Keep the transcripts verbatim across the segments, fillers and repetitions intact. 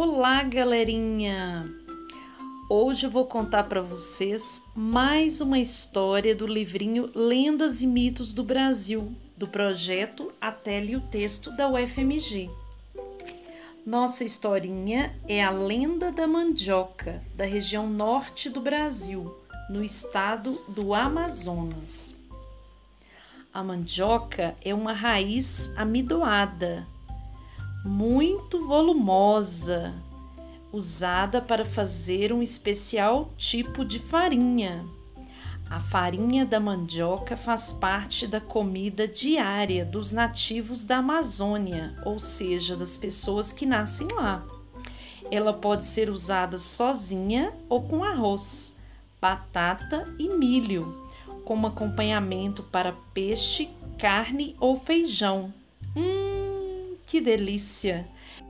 Olá, galerinha! Hoje eu vou contar para vocês mais uma história do livrinho Lendas e Mitos do Brasil, do projeto A Tela e o Texto da U F M G. Nossa historinha é a lenda da mandioca, da região norte do Brasil, no estado do Amazonas. A mandioca é uma raiz amidoada, muito volumosa, usada para fazer um especial tipo de farinha. A farinha da mandioca faz parte da comida diária dos nativos da Amazônia, ou seja, das pessoas que nascem lá. Ela pode ser usada sozinha ou com arroz, batata e milho, como acompanhamento para peixe, carne ou feijão. Hum, que delícia!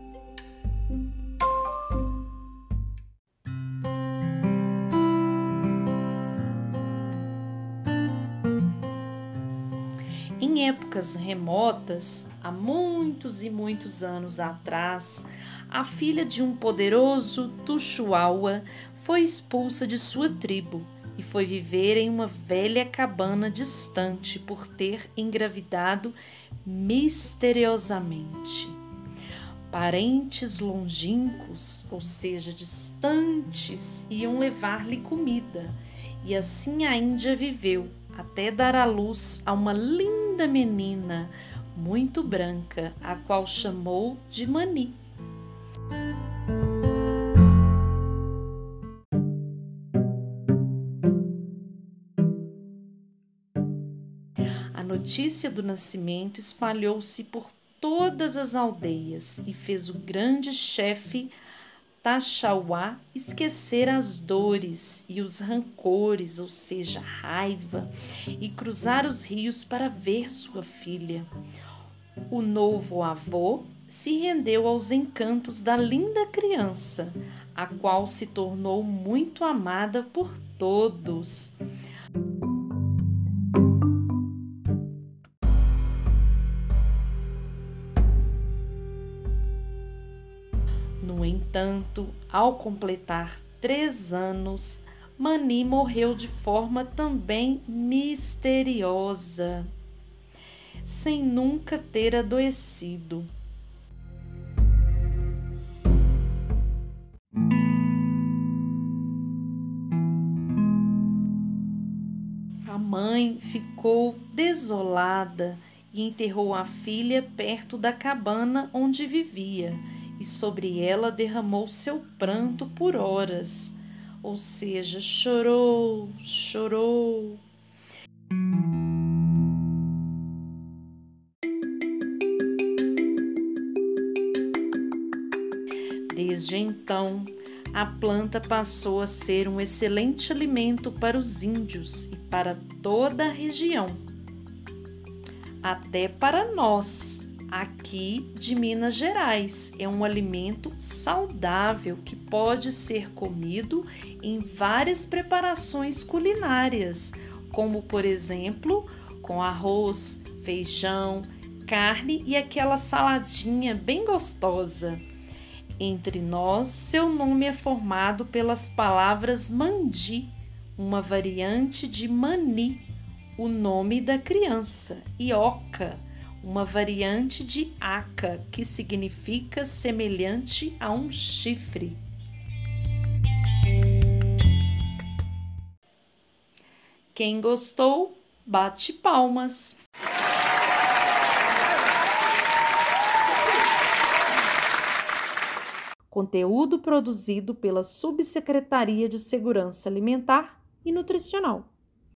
Em épocas remotas, há muitos e muitos anos atrás, a filha de um poderoso Tuxuaua foi expulsa de sua tribo e foi viver em uma velha cabana distante por ter engravidado misteriosamente. Parentes longínquos, ou seja, distantes, iam levar-lhe comida, e assim a Índia viveu até dar à luz a uma linda menina muito branca, a qual chamou de Mani. A notícia do nascimento espalhou-se por todas as aldeias e fez o grande chefe Taxauá esquecer as dores e os rancores, ou seja, a raiva, e cruzar os rios para ver sua filha. O novo avô se rendeu aos encantos da linda criança, a qual se tornou muito amada por todos. No entanto, ao completar três anos, Mani morreu de forma também misteriosa, sem nunca ter adoecido. A mãe ficou desolada e enterrou a filha perto da cabana onde vivia, e sobre ela derramou seu pranto por horas, ou seja, chorou, chorou. Desde então, a planta passou a ser um excelente alimento para os índios e para toda a região, até para nós. Aqui de Minas Gerais, é um alimento saudável que pode ser comido em várias preparações culinárias, como por exemplo, com arroz, feijão, carne e aquela saladinha bem gostosa. Entre nós, seu nome é formado pelas palavras mandi, uma variante de mani, o nome da criança, e oca, uma variante de aca, que significa semelhante a um chifre. Quem gostou, bate palmas. Conteúdo produzido pela Subsecretaria de Segurança Alimentar e Nutricional.